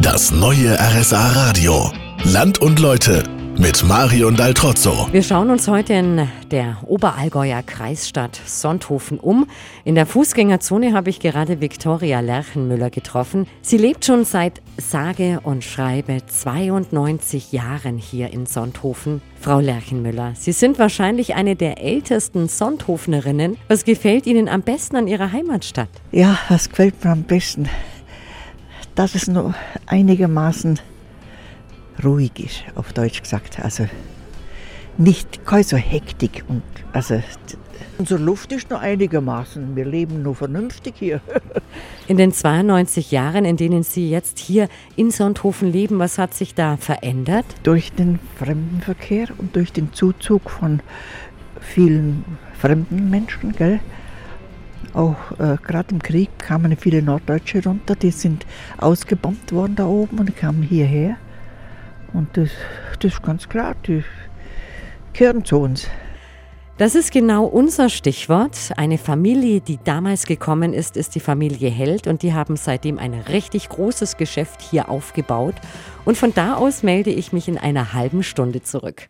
Das neue RSA Radio. Land und Leute mit Marion Daltrozzo. Wir schauen uns heute in der Oberallgäuer Kreisstadt Sonthofen um. In der Fußgängerzone habe ich gerade Viktoria Lerchenmüller getroffen. Sie lebt schon seit sage und schreibe 92 Jahren hier in Sonthofen. Frau Lerchenmüller, Sie sind wahrscheinlich eine der ältesten Sonthofnerinnen. Was gefällt Ihnen am besten an Ihrer Heimatstadt? Ja, was gefällt mir am besten? Dass es nur einigermaßen ruhig ist, auf Deutsch gesagt. Also keine so Hektik. Und also unsere Luft ist nur einigermaßen. Wir leben nur vernünftig hier. In den 92 Jahren, in denen Sie jetzt hier in Sonthofen leben, was hat sich da verändert? Durch den Fremdenverkehr und durch den Zuzug von vielen fremden Menschen, gell? Auch gerade im Krieg kamen viele Norddeutsche runter, die sind ausgebombt worden da oben und kamen hierher. Und das ist ganz klar, die gehören zu uns. Das ist genau unser Stichwort. Eine Familie, die damals gekommen ist, ist die Familie Held und die haben seitdem ein richtig großes Geschäft hier aufgebaut. Und von da aus melde ich mich in einer halben Stunde zurück.